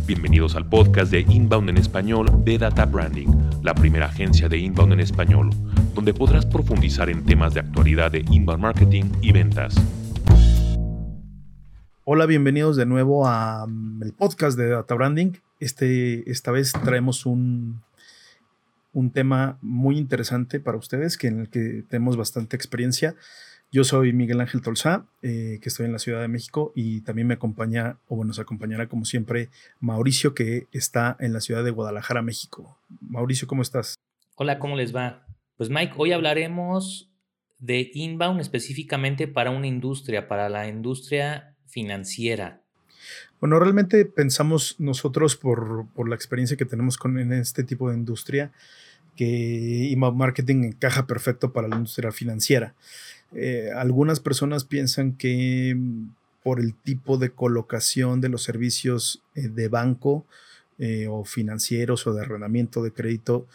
Bienvenidos al podcast de Inbound en Español de Data Branding, la primera agencia de Inbound en Español, donde podrás profundizar en temas de actualidad de Inbound Marketing y ventas. Hola, bienvenidos de nuevo a el podcast de Data Branding. Esta vez traemos un tema muy interesante para ustedes, en el que tenemos bastante experiencia. Yo soy Miguel Ángel Tolzá, que estoy en la Ciudad de México, y también nos acompañará como siempre Mauricio, que está en la ciudad de Guadalajara, México. Mauricio, ¿cómo estás? Hola, ¿cómo les va? Pues Mike, hoy hablaremos de inbound específicamente para una industria, para la industria financiera. Bueno, realmente pensamos nosotros por la experiencia que tenemos en este tipo de industria, que inbound marketing encaja perfecto para la industria financiera. Algunas personas piensan que por el tipo de colocación de los servicios de banco o financieros o de arrendamiento de crédito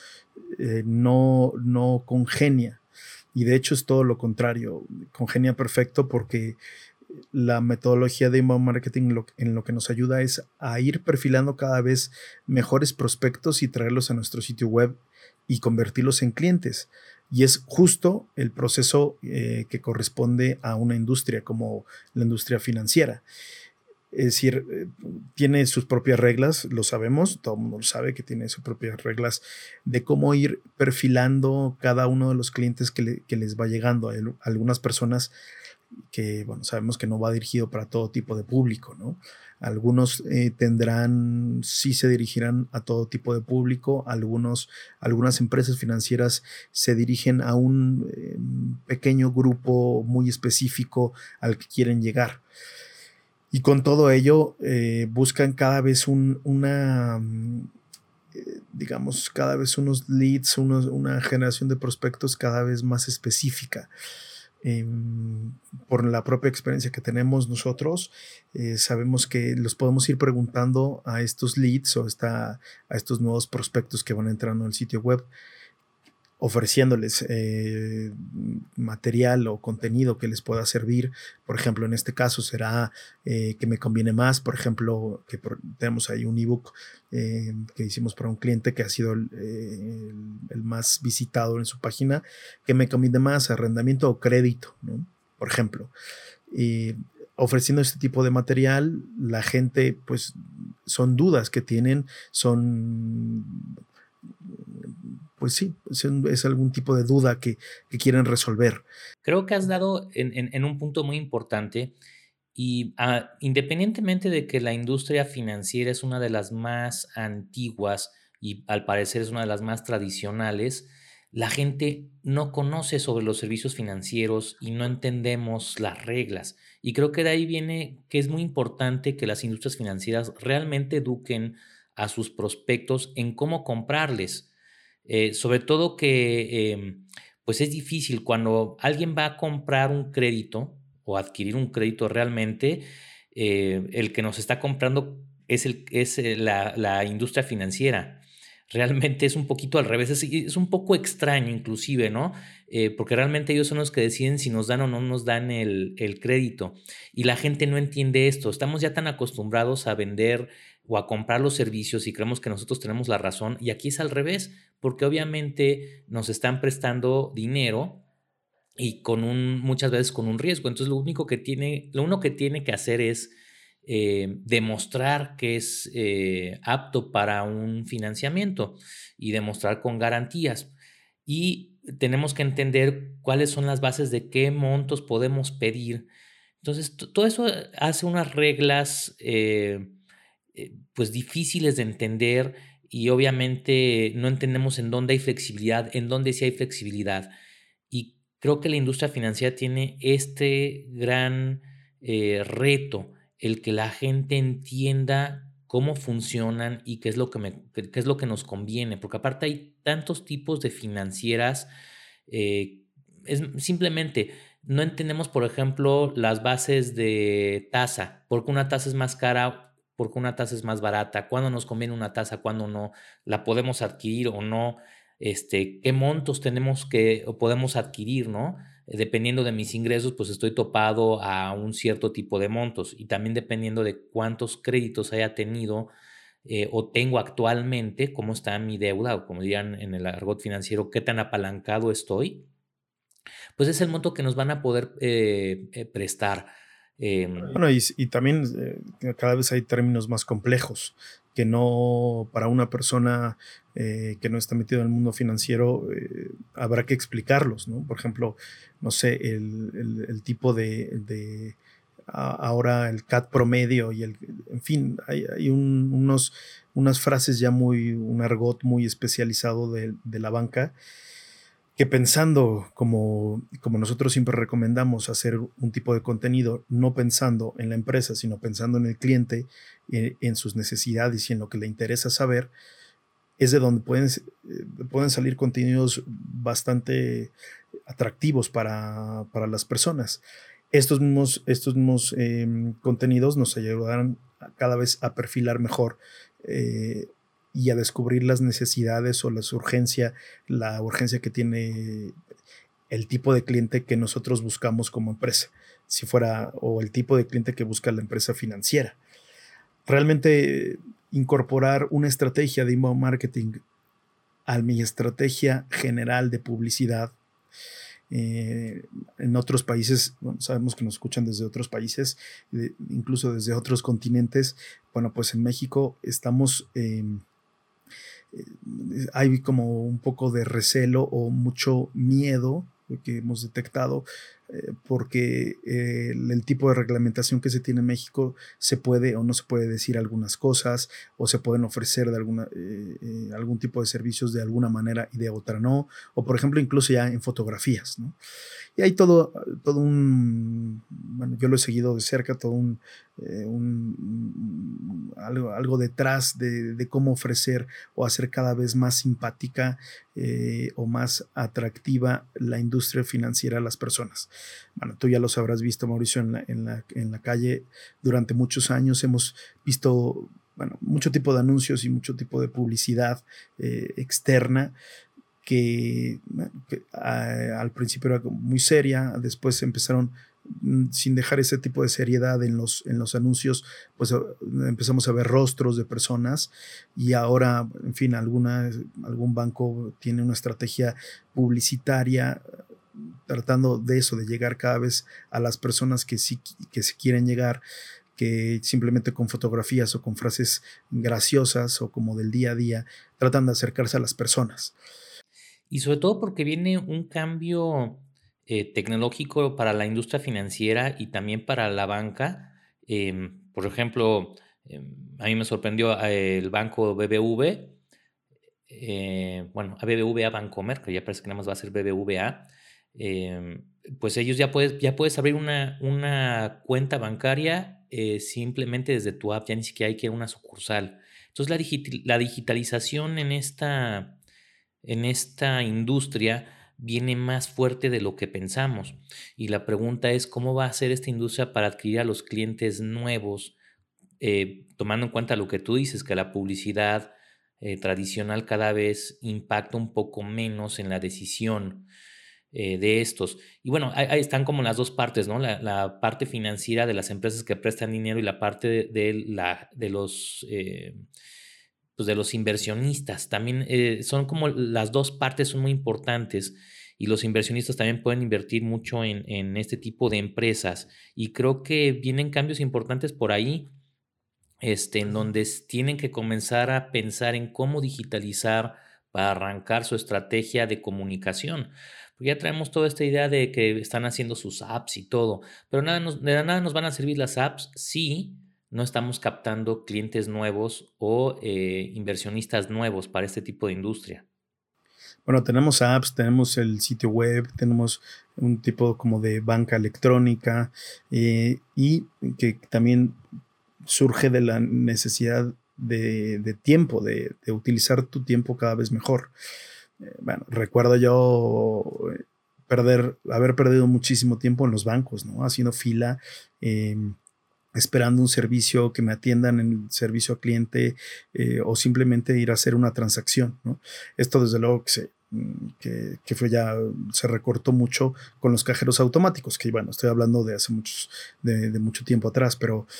no congenia. Y de hecho es todo lo contrario, congenia perfecto porque la metodología de inbound marketing en lo que nos ayuda es a ir perfilando cada vez mejores prospectos y traerlos a nuestro sitio web y convertirlos en clientes. Y es justo el proceso que corresponde a una industria como la industria financiera. Es decir, tiene sus propias reglas, lo sabemos, todo el mundo lo sabe que tiene sus propias reglas de cómo ir perfilando cada uno de los clientes que les va llegando. Hay algunas personas que, bueno, sabemos que no va dirigido para todo tipo de público, ¿no? Algunos sí se dirigirán a todo tipo de público. Algunas empresas financieras se dirigen a un pequeño grupo muy específico al que quieren llegar. Y con todo ello buscan cada vez cada vez unos leads, una generación de prospectos cada vez más específica. Por la propia experiencia que tenemos nosotros, sabemos que los podemos ir preguntando a estos leads o a estos nuevos prospectos que van entrando al sitio web, ofreciéndoles material o contenido que les pueda servir. Por ejemplo, en este caso será que me conviene más. Por ejemplo, tenemos ahí un ebook que hicimos para un cliente que ha sido el más visitado en su página, que me conviene más, arrendamiento o crédito, ¿no? Por ejemplo. Ofreciendo este tipo de material, la gente, pues, son dudas que tienen, pues sí, es algún tipo de duda que quieren resolver. Creo que has dado en un punto muy importante y independientemente de que la industria financiera es una de las más antiguas y al parecer es una de las más tradicionales, la gente no conoce sobre los servicios financieros y no entendemos las reglas. Y creo que de ahí viene que es muy importante que las industrias financieras realmente eduquen a sus prospectos en cómo comprarles. Sobre todo que pues es difícil cuando alguien va a comprar un crédito o adquirir un crédito realmente, el que nos está comprando es la industria financiera. Realmente es un poquito al revés, es un poco extraño inclusive, ¿no? Porque realmente ellos son los que deciden si nos dan o no nos dan el crédito. Y la gente no entiende esto. Estamos ya tan acostumbrados a vender o a comprar los servicios y creemos que nosotros tenemos la razón. Y aquí es al revés, porque obviamente nos están prestando dinero y muchas veces con un riesgo. Entonces lo único que tiene que hacer es demostrar que es apto para un financiamiento y demostrar con garantías. Y tenemos que entender cuáles son las bases de qué montos podemos pedir. Entonces, todo eso hace unas reglas pues difíciles de entender y obviamente no entendemos en dónde hay flexibilidad, en dónde sí hay flexibilidad. Y creo que la industria financiera tiene este gran reto, el que la gente entienda cómo funcionan y qué es lo qué es lo que nos conviene, porque aparte hay tantos tipos de financieras, simplemente no entendemos, por ejemplo, las bases de tasa, porque una tasa es más cara, porque una tasa es más barata, cuándo nos conviene una tasa, cuándo no, la podemos adquirir o no, qué montos tenemos o podemos adquirir, ¿no? Dependiendo de mis ingresos, pues estoy topado a un cierto tipo de montos y también dependiendo de cuántos créditos haya tenido o tengo actualmente, cómo está mi deuda, o como dirían en el argot financiero, qué tan apalancado estoy, pues es el monto que nos van a poder prestar. Bueno, y también cada vez hay términos más complejos que no para una persona que no está metido en el mundo financiero habrá que explicarlos, ¿no? Por ejemplo, no sé, el tipo ahora el CAT promedio en fin, hay unas frases ya un argot muy especializado de la banca que pensando como nosotros siempre recomendamos hacer un tipo de contenido, no pensando en la empresa, sino pensando en el cliente, en sus necesidades y en lo que le interesa saber, es de donde pueden salir contenidos bastante atractivos para las personas. Estos mismos contenidos nos ayudarán cada vez a perfilar mejor y a descubrir las necesidades o la urgencia que tiene el tipo de cliente que nosotros buscamos como empresa, o el tipo de cliente que busca la empresa financiera. Realmente incorporar una estrategia de inbound marketing a mi estrategia general de publicidad. En otros países, bueno, sabemos que nos escuchan desde otros países, incluso desde otros continentes. Bueno, pues en México hay como un poco de recelo o mucho miedo que hemos detectado porque el tipo de reglamentación que se tiene en México se puede o no se puede decir algunas cosas o se pueden ofrecer de algún tipo de servicios de alguna manera y de otra no, o por ejemplo incluso ya en fotografías, ¿no? Y hay bueno, yo lo he seguido de cerca, algo detrás de cómo ofrecer o hacer cada vez más simpática o más atractiva la industria financiera a las personas. Bueno, tú ya los habrás visto, Mauricio, en la calle. Durante muchos años hemos visto, bueno, mucho tipo de anuncios y mucho tipo de publicidad externa que al principio era muy seria, después empezaron sin dejar ese tipo de seriedad en los anuncios, pues empezamos a ver rostros de personas y ahora, en fin, algún banco tiene una estrategia publicitaria tratando de eso, de llegar cada vez a las personas que sí que se quieren llegar, que simplemente con fotografías o con frases graciosas o como del día a día tratan de acercarse a las personas. Y sobre todo porque viene un cambio tecnológico para la industria financiera y también para la banca. Por ejemplo, a mí me sorprendió el banco BBV, bueno, a BBVA Bancomer, que ya parece que nada más va a ser BBVA. Pues ellos ya puedes abrir una cuenta bancaria simplemente desde tu app, ya ni siquiera hay que ir a una sucursal. Entonces la digitalización en esta industria viene más fuerte de lo que pensamos. Y la pregunta es, ¿cómo va a ser esta industria para adquirir a los clientes nuevos? Tomando en cuenta lo que tú dices, que la publicidad tradicional cada vez impacta un poco menos en la decisión de estos. Y bueno, ahí están como las dos partes, ¿no? La parte financiera de las empresas que prestan dinero y la parte de los... pues de los inversionistas. También son como las dos partes son muy importantes y los inversionistas también pueden invertir mucho en este tipo de empresas y creo que vienen cambios importantes por ahí, en donde tienen que comenzar a pensar en cómo digitalizar para arrancar su estrategia de comunicación. Porque ya traemos toda esta idea de que están haciendo sus apps y todo, pero de nada nos van a servir las apps si no estamos captando clientes nuevos o inversionistas nuevos para este tipo de industria. Bueno, tenemos apps, tenemos el sitio web, tenemos un tipo como de banca electrónica y que también surge de la necesidad de tiempo, de utilizar tu tiempo cada vez mejor. Bueno, recuerdo yo haber perdido muchísimo tiempo en los bancos, ¿no? Haciendo fila, esperando un servicio, que me atiendan en el servicio al cliente o simplemente ir a hacer una transacción, ¿no? Esto desde luego que se recortó mucho con los cajeros automáticos, que bueno, estoy hablando de hace mucho tiempo atrás, pero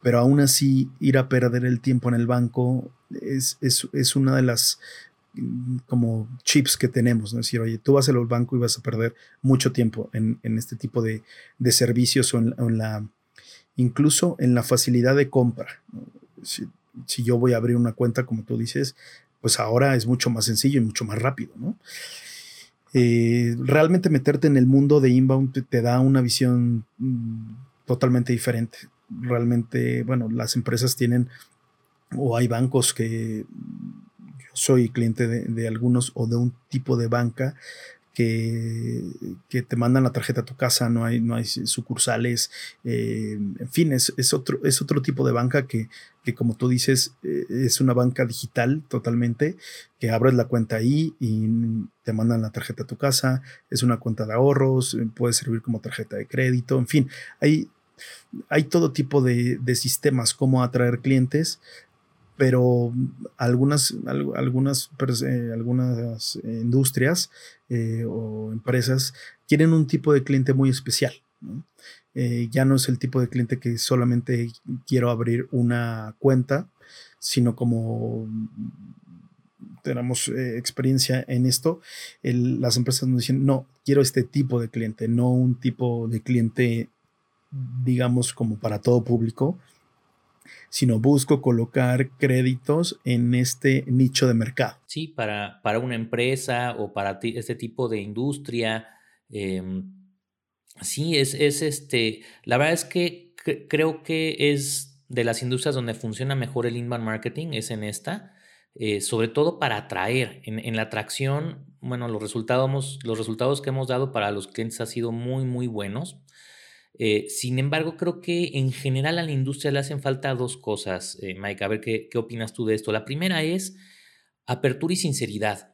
pero aún así ir a perder el tiempo en el banco es una de las como chips que tenemos, ¿no? Es decir, oye, tú vas al banco y vas a perder mucho tiempo en este tipo de servicios o en la, incluso en la facilidad de compra, ¿no? Si yo voy a abrir una cuenta, como tú dices, pues ahora es mucho más sencillo y mucho más rápido, ¿no? Realmente meterte en el mundo de inbound te da una visión totalmente diferente. Realmente, bueno, las empresas tienen, o hay bancos que yo soy cliente de algunos o de un tipo de banca que te mandan la tarjeta a tu casa, no hay sucursales, en fin, es otro tipo de banca que como tú dices, es una banca digital totalmente, que abres la cuenta ahí y te mandan la tarjeta a tu casa, es una cuenta de ahorros, puede servir como tarjeta de crédito, en fin, hay todo tipo de sistemas, cómo atraer clientes, pero algunas industrias o empresas quieren un tipo de cliente muy especial, ¿no? Ya no es el tipo de cliente que solamente quiero abrir una cuenta, sino como tenemos experiencia en esto, las empresas nos dicen, no, quiero este tipo de cliente, no un tipo de cliente, digamos, como para todo público, sino busco colocar créditos en este nicho de mercado. Sí, para una empresa o para este tipo de industria. em, sí, la verdad es que creo que es de las industrias donde funciona mejor el inbound marketing, es en esta, sobre todo para atraer. En la atracción, bueno, los resultados que hemos dado para los clientes han sido muy, muy buenos. Sin embargo, creo que en general a la industria le hacen falta dos cosas, Mike. A ver qué opinas tú de esto. La primera es apertura y sinceridad.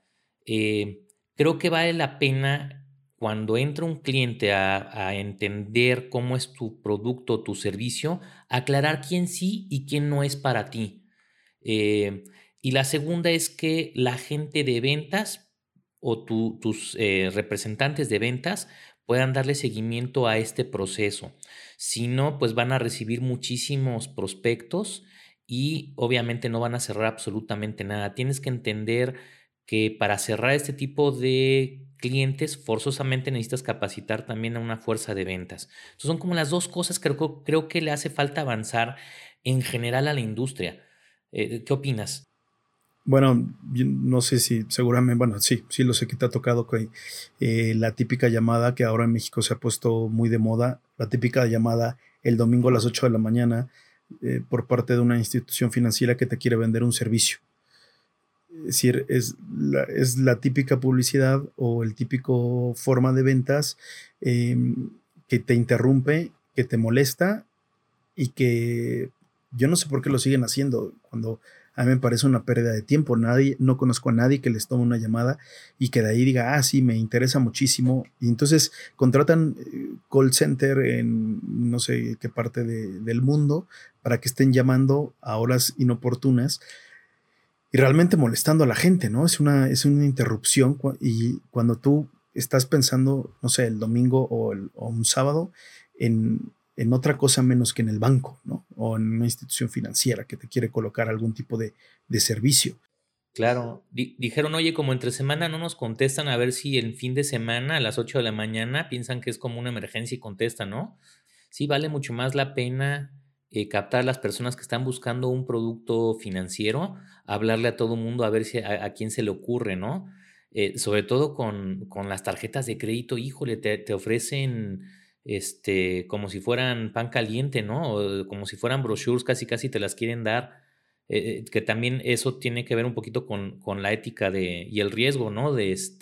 Creo que vale la pena cuando entra un cliente a entender cómo es tu producto o tu servicio, aclarar quién sí y quién no es para ti. Eh, y la segunda es que la gente de ventas o tus representantes de ventas puedan darle seguimiento a este proceso. Si no, pues van a recibir muchísimos prospectos y obviamente no van a cerrar absolutamente nada. Tienes que entender que para cerrar este tipo de clientes forzosamente necesitas capacitar también a una fuerza de ventas. Entonces son como las dos cosas que creo que le hace falta avanzar en general a la industria. ¿Qué opinas? Bueno, yo no sé si seguramente, bueno, sí, sí lo sé que te ha tocado que la típica llamada que ahora en México se ha puesto muy de moda, la típica llamada el domingo a las 8 de la mañana por parte de una institución financiera que te quiere vender un servicio. Es decir, es la típica publicidad o el típico forma de ventas eh, que te interrumpe, que te molesta y que yo no sé por qué lo siguen haciendo cuando a mí me parece una pérdida de tiempo. No conozco a nadie que les tome una llamada y que de ahí diga, ah, sí, me interesa muchísimo. Y entonces contratan call center en no sé qué parte del mundo para que estén llamando a horas inoportunas y realmente molestando a la gente, ¿no? Es una interrupción y cuando tú estás pensando, no sé, el domingo o un sábado en otra cosa menos que en el banco, ¿no? O en una institución financiera que te quiere colocar algún tipo de servicio. Claro, dijeron, oye, como entre semana no nos contestan, a ver si el fin de semana a las 8 de la mañana piensan que es como una emergencia y contestan, ¿no? Sí, vale mucho más la pena captar a las personas que están buscando un producto financiero, hablarle a todo mundo a ver si a quién se le ocurre, ¿no? Sobre todo con las tarjetas de crédito, híjole, te ofrecen como si fueran pan caliente, ¿no? O como si fueran brochures, casi casi te las quieren dar. Que también eso tiene que ver un poquito con la ética y el riesgo, ¿no?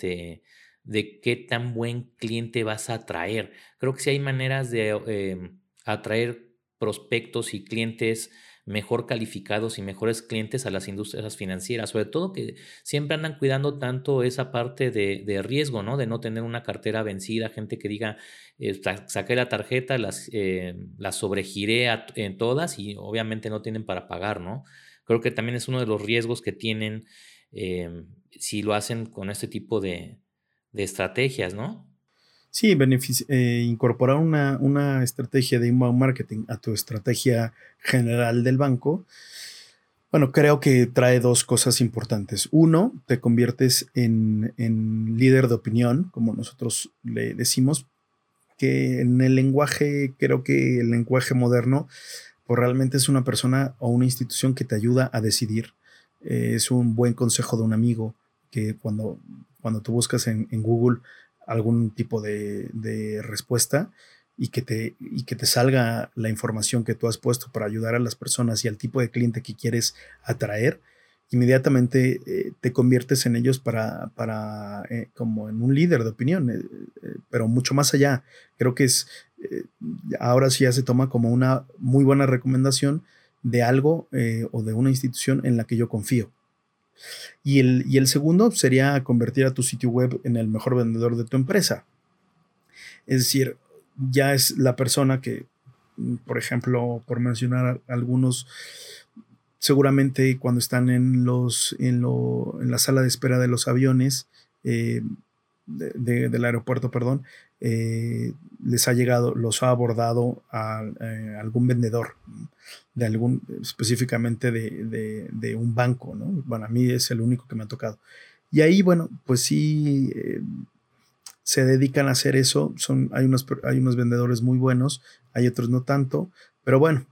De qué tan buen cliente vas a atraer. Creo que sí hay maneras de atraer prospectos y clientes mejor calificados y mejores clientes a las industrias financieras, sobre todo que siempre andan cuidando tanto esa parte de riesgo, ¿no? De no tener una cartera vencida, gente que diga, saqué la tarjeta, las sobregiré en todas y obviamente no tienen para pagar, ¿no? Creo que también es uno de los riesgos que tienen si lo hacen con este tipo de estrategias, ¿no? Sí, incorporar una estrategia de inbound marketing a tu estrategia general del banco. Bueno, creo que trae dos cosas importantes. Uno, te conviertes en líder de opinión, como nosotros le decimos, que en el lenguaje, creo que el lenguaje moderno, pues realmente es una persona o una institución que te ayuda a decidir. Es un buen consejo de un amigo que cuando tú buscas en Google algún tipo de respuesta y que te salga la información que tú has puesto para ayudar a las personas y al tipo de cliente que quieres atraer, inmediatamente te conviertes en ellos como en un líder de opinión, pero mucho más allá. Creo que eh, ahora sí ya se toma como una muy buena recomendación de algo o de una institución en la que yo confío. Y el segundo sería convertir a tu sitio web en el mejor vendedor de tu empresa. Es decir, ya es la persona que, por ejemplo, por mencionar algunos, seguramente cuando están en la sala de espera de los aviones, eh, del aeropuerto, perdón, los ha abordado algún vendedor específicamente de un banco, ¿no? Bueno, a mí es el único que me ha tocado. Y ahí, bueno, pues sí, se dedican a hacer eso. Hay unos vendedores muy buenos, hay otros no tanto, pero bueno,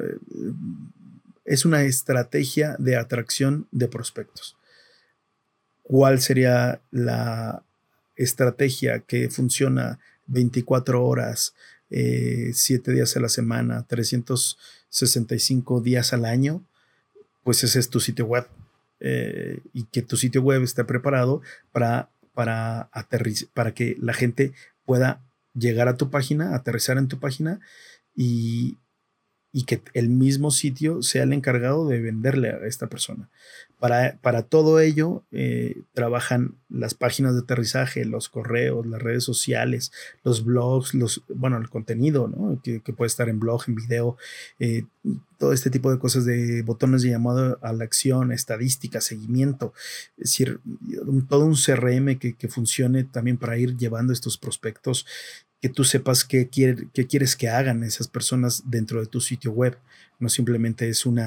es una estrategia de atracción de prospectos. ¿Cuál sería la estrategia que funciona 24 horas, 7 días a la semana, 365 días al año? Pues ese es tu sitio web. Y que tu sitio web esté preparado para que la gente pueda llegar a tu página, aterrizar en tu página y, y que el mismo sitio sea el encargado de venderle a esta persona. Para todo ello, trabajan las páginas de aterrizaje, los correos, las redes sociales, los blogs, el contenido, ¿no? Que puede estar en blog, en video, eh, todo este tipo de cosas, de botones de llamado a la acción, estadística, seguimiento. Es decir, todo un CRM que funcione también para ir llevando estos prospectos, que tú sepas qué quieres que hagan esas personas dentro de tu sitio web. No simplemente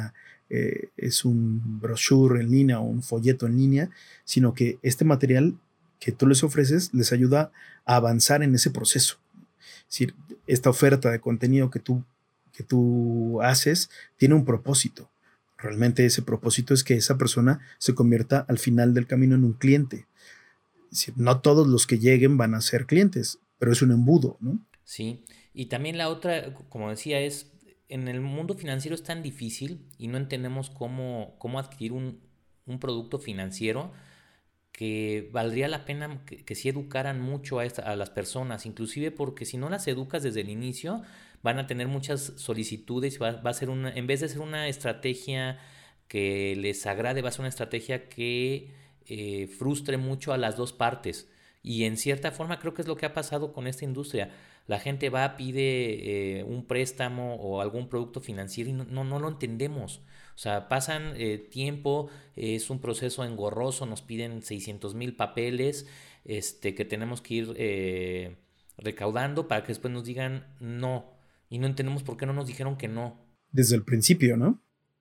es un brochure en línea o un folleto en línea, sino que este material que tú les ofreces les ayuda a avanzar en ese proceso. Es decir, esta oferta de contenido que tú haces tiene un propósito. Realmente ese propósito es que esa persona se convierta al final del camino en un cliente. Es decir, no todos los que lleguen van a ser clientes, pero es un embudo, ¿no? Sí, y también la otra, como decía, es en el mundo financiero es tan difícil y no entendemos cómo adquirir un producto financiero que valdría la pena que sí educaran mucho a las personas, inclusive porque si no las educas desde el inicio, van a tener muchas solicitudes, va a ser en vez de ser una estrategia que les agrade, va a ser una estrategia que frustre mucho a las dos partes. Y en cierta forma creo que es lo que ha pasado con esta industria. La gente va, pide un préstamo o algún producto financiero y no lo entendemos. O sea, pasan tiempo, es un proceso engorroso, nos piden 600,000 papeles que tenemos que ir recaudando para que después nos digan no. Y no entendemos por qué no nos dijeron que no. Desde el principio, ¿no?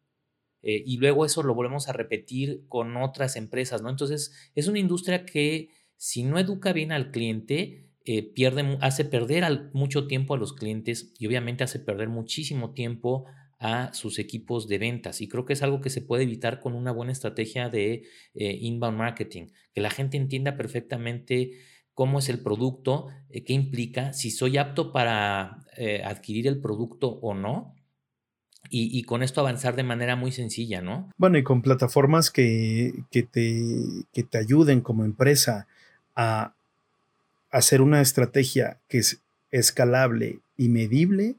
Y luego eso lo volvemos a repetir con otras empresas, ¿no? Entonces, es una industria que si no educa bien al cliente, hace perder mucho tiempo a los clientes y obviamente hace perder muchísimo tiempo a sus equipos de ventas. Y creo que es algo que se puede evitar con una buena estrategia de inbound marketing, que la gente entienda perfectamente cómo es el producto, qué implica, si soy apto para adquirir el producto o no, y con esto avanzar de manera muy sencilla, ¿no? Bueno, y con plataformas que te ayuden como empresa a hacer una estrategia que es escalable y medible,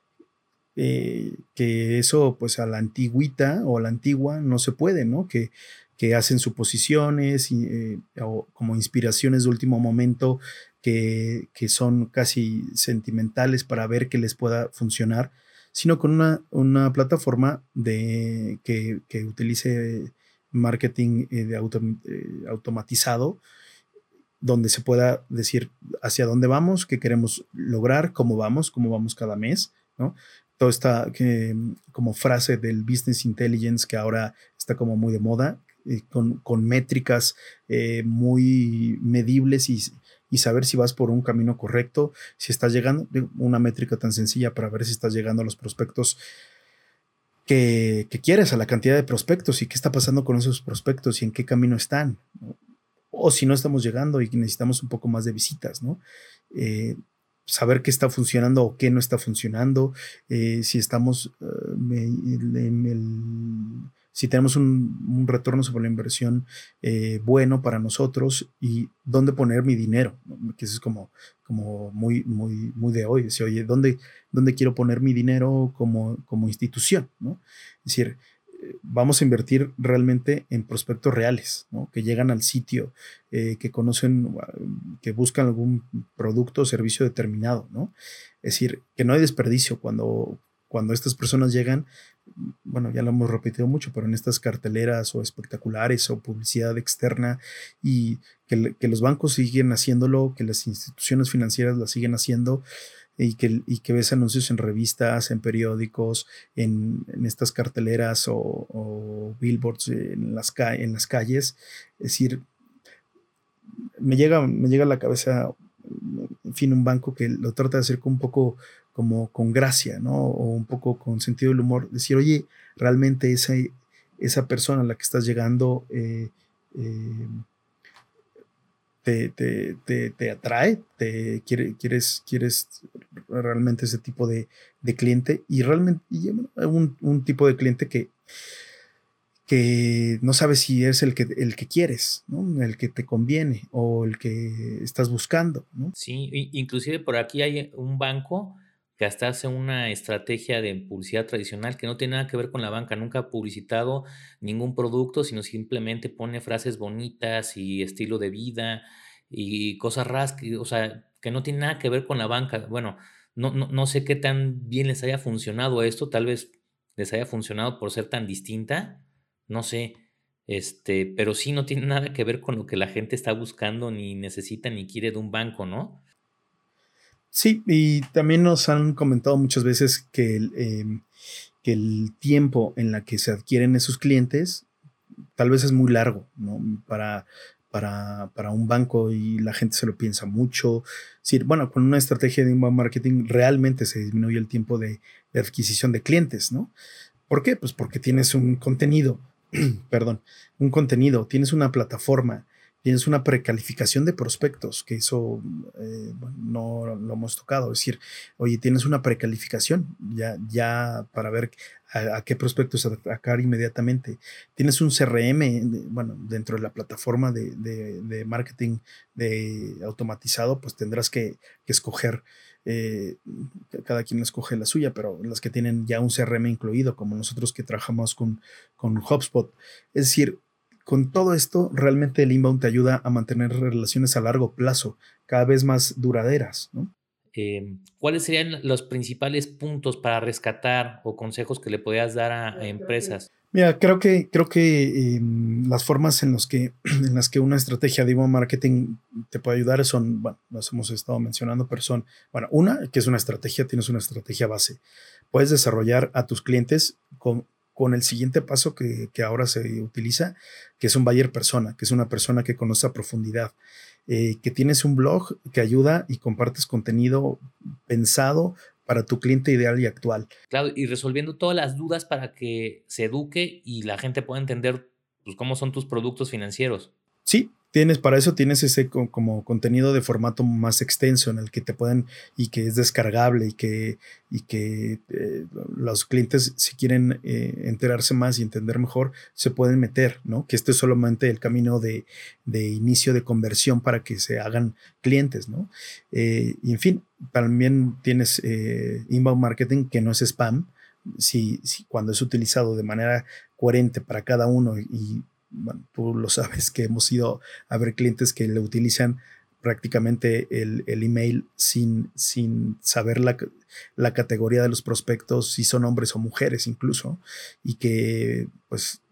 que eso pues a la antigüita o a la antigua no se puede, ¿no? Que hacen suposiciones o como inspiraciones de último momento que son casi sentimentales para ver que les pueda funcionar, sino con una plataforma que utilice marketing automatizado donde se pueda decir hacia dónde vamos, qué queremos lograr, cómo vamos cada mes, ¿no? Toda esta como frase del business intelligence que ahora está como muy de moda, con métricas muy medibles y saber si vas por un camino correcto, si estás llegando, una métrica tan sencilla para ver si estás llegando a los prospectos que quieres, a la cantidad de prospectos y qué está pasando con esos prospectos y en qué camino están, ¿no? O si no estamos llegando y necesitamos un poco más de visitas, ¿no? Saber qué está funcionando o qué no está funcionando, si estamos, si tenemos un retorno sobre la inversión bueno para nosotros y dónde poner mi dinero, ¿no? Que eso es como muy, muy, muy de hoy. Decir, oye, ¿dónde quiero poner mi dinero como institución, ¿no? Es decir, vamos a invertir realmente en prospectos reales, ¿no? Que llegan al sitio, que conocen, que buscan algún producto o servicio determinado, ¿no? Es decir, que no hay desperdicio cuando estas personas llegan. Bueno, ya lo hemos repetido mucho, pero en estas carteleras o espectaculares o publicidad externa y que los bancos siguen haciéndolo, que las instituciones financieras la siguen haciendo, y que ves anuncios en revistas, en periódicos, en estas carteleras o billboards en las calles. Es decir, me llega a la cabeza, en fin, un banco que lo trata de hacer un poco como con gracia, ¿no? O un poco con sentido del humor. Decir, oye, realmente esa persona a la que estás llegando te atrae, quieres realmente ese tipo de cliente y realmente un tipo de cliente que no sabes si es el que quieres, ¿no? El que te conviene o el que estás buscando, ¿no? Sí, inclusive por aquí hay un banco que hasta hace una estrategia de publicidad tradicional que no tiene nada que ver con la banca, nunca ha publicitado ningún producto, sino simplemente pone frases bonitas y estilo de vida y cosas raras, o sea, que no tiene nada que ver con la banca. Bueno, no sé qué tan bien les haya funcionado esto, tal vez les haya funcionado por ser tan distinta, no sé. Pero sí no tiene nada que ver con lo que la gente está buscando, ni necesita, ni quiere de un banco, ¿no? Sí, y también nos han comentado muchas veces que el tiempo en la que se adquieren esos clientes tal vez es muy largo, ¿no? Para un banco y la gente se lo piensa mucho. Sí, bueno, con una estrategia de inbound marketing realmente se disminuye el tiempo de adquisición de clientes, ¿no? ¿Por qué? Pues porque tienes un contenido, perdón, tienes una plataforma, tienes una precalificación de prospectos, que eso bueno, no lo hemos tocado. Es decir, oye, tienes una precalificación ya para ver a qué prospectos atacar inmediatamente. Tienes un CRM, bueno, dentro de la plataforma de marketing automatizado, pues tendrás que escoger. Cada quien escoge la suya, pero las que tienen ya un CRM incluido, como nosotros que trabajamos con HubSpot. Es decir, con todo esto, realmente el inbound te ayuda a mantener relaciones a largo plazo, cada vez más duraderas, ¿no? ¿Cuáles serían los principales puntos para rescatar o consejos que le podrías dar a empresas? Mira, creo que las formas en las que una estrategia de inbound marketing te puede ayudar son, bueno, las hemos estado mencionando, pero son, bueno, una, que es una estrategia, tienes una estrategia base. Puedes desarrollar a tus clientes con el siguiente paso que ahora se utiliza, que es un buyer persona, que es una persona que conoce a profundidad, que tienes un blog que ayuda y compartes contenido pensado para tu cliente ideal y actual. Claro, y resolviendo todas las dudas para que se eduque y la gente pueda entender, pues, cómo son tus productos financieros. Sí, para eso tienes ese como contenido de formato más extenso en el que te pueden y que es descargable y que los clientes, si quieren enterarse más y entender mejor, se pueden meter, ¿no? Que este es solamente el camino de inicio de conversión para que se hagan clientes, ¿no? Y en fin, también tienes inbound marketing que no es spam. Si cuando es utilizado de manera coherente para cada uno y bueno, tú lo sabes que hemos ido a ver clientes que le utilizan prácticamente el email sin saber la categoría de los prospectos, si son hombres o mujeres incluso, y que pues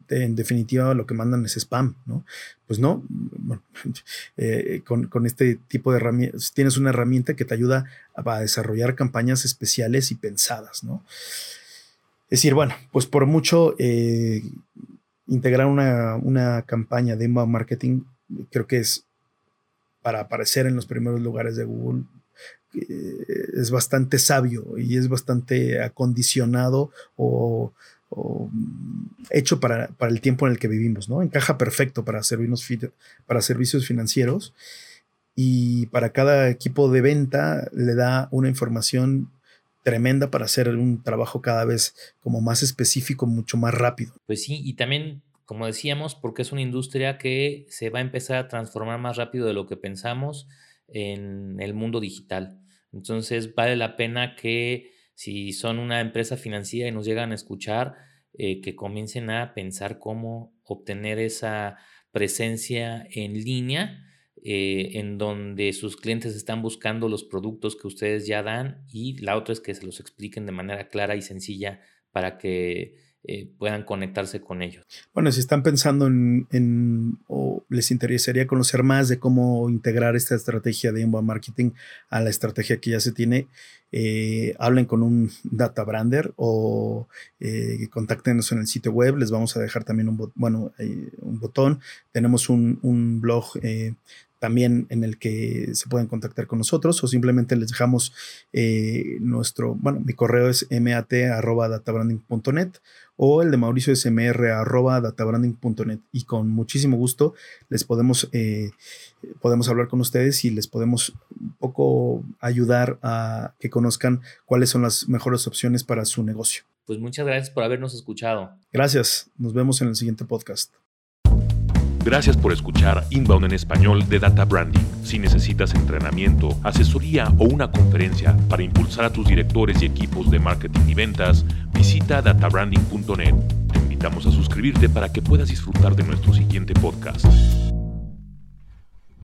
en definitiva lo que mandan es spam, ¿no? Pues no, bueno, con este tipo de herramientas, tienes una herramienta que te ayuda a desarrollar campañas especiales y pensadas, ¿no? Es decir, bueno, pues por mucho integrar una campaña de inbound marketing, creo que es para aparecer en los primeros lugares de Google, es bastante sabio y es bastante acondicionado o hecho para el tiempo en el que vivimos, ¿no? Encaja perfecto para servicios financieros, y para cada equipo de venta le da una información tremenda para hacer un trabajo cada vez como más específico, mucho más rápido. Pues sí, y también, como decíamos, porque es una industria que se va a empezar a transformar más rápido de lo que pensamos en el mundo digital. Entonces vale la pena que, si son una empresa financiera y nos llegan a escuchar, que comiencen a pensar cómo obtener esa presencia en línea, en donde sus clientes están buscando los productos que ustedes ya dan, y la otra es que se los expliquen de manera clara y sencilla para que puedan conectarse con ellos. Bueno, si están pensando o les interesaría conocer más de cómo integrar esta estrategia de inbound marketing a la estrategia que ya se tiene, hablen con un data brander o contáctenos en el sitio web. Les vamos a dejar también un botón. Tenemos un blog también en el que se pueden contactar con nosotros, o simplemente les dejamos mi correo es mat@databranding.net, o el de Mauricio es mr@databranding.net, y con muchísimo gusto les podemos hablar con ustedes y les podemos un poco ayudar a que conozcan cuáles son las mejores opciones para su negocio. Pues muchas gracias por habernos escuchado. Gracias, nos vemos en el siguiente podcast. Gracias por escuchar Inbound en Español de Data Branding. Si necesitas entrenamiento, asesoría o una conferencia para impulsar a tus directores y equipos de marketing y ventas, visita databranding.net. Te invitamos a suscribirte para que puedas disfrutar de nuestro siguiente podcast.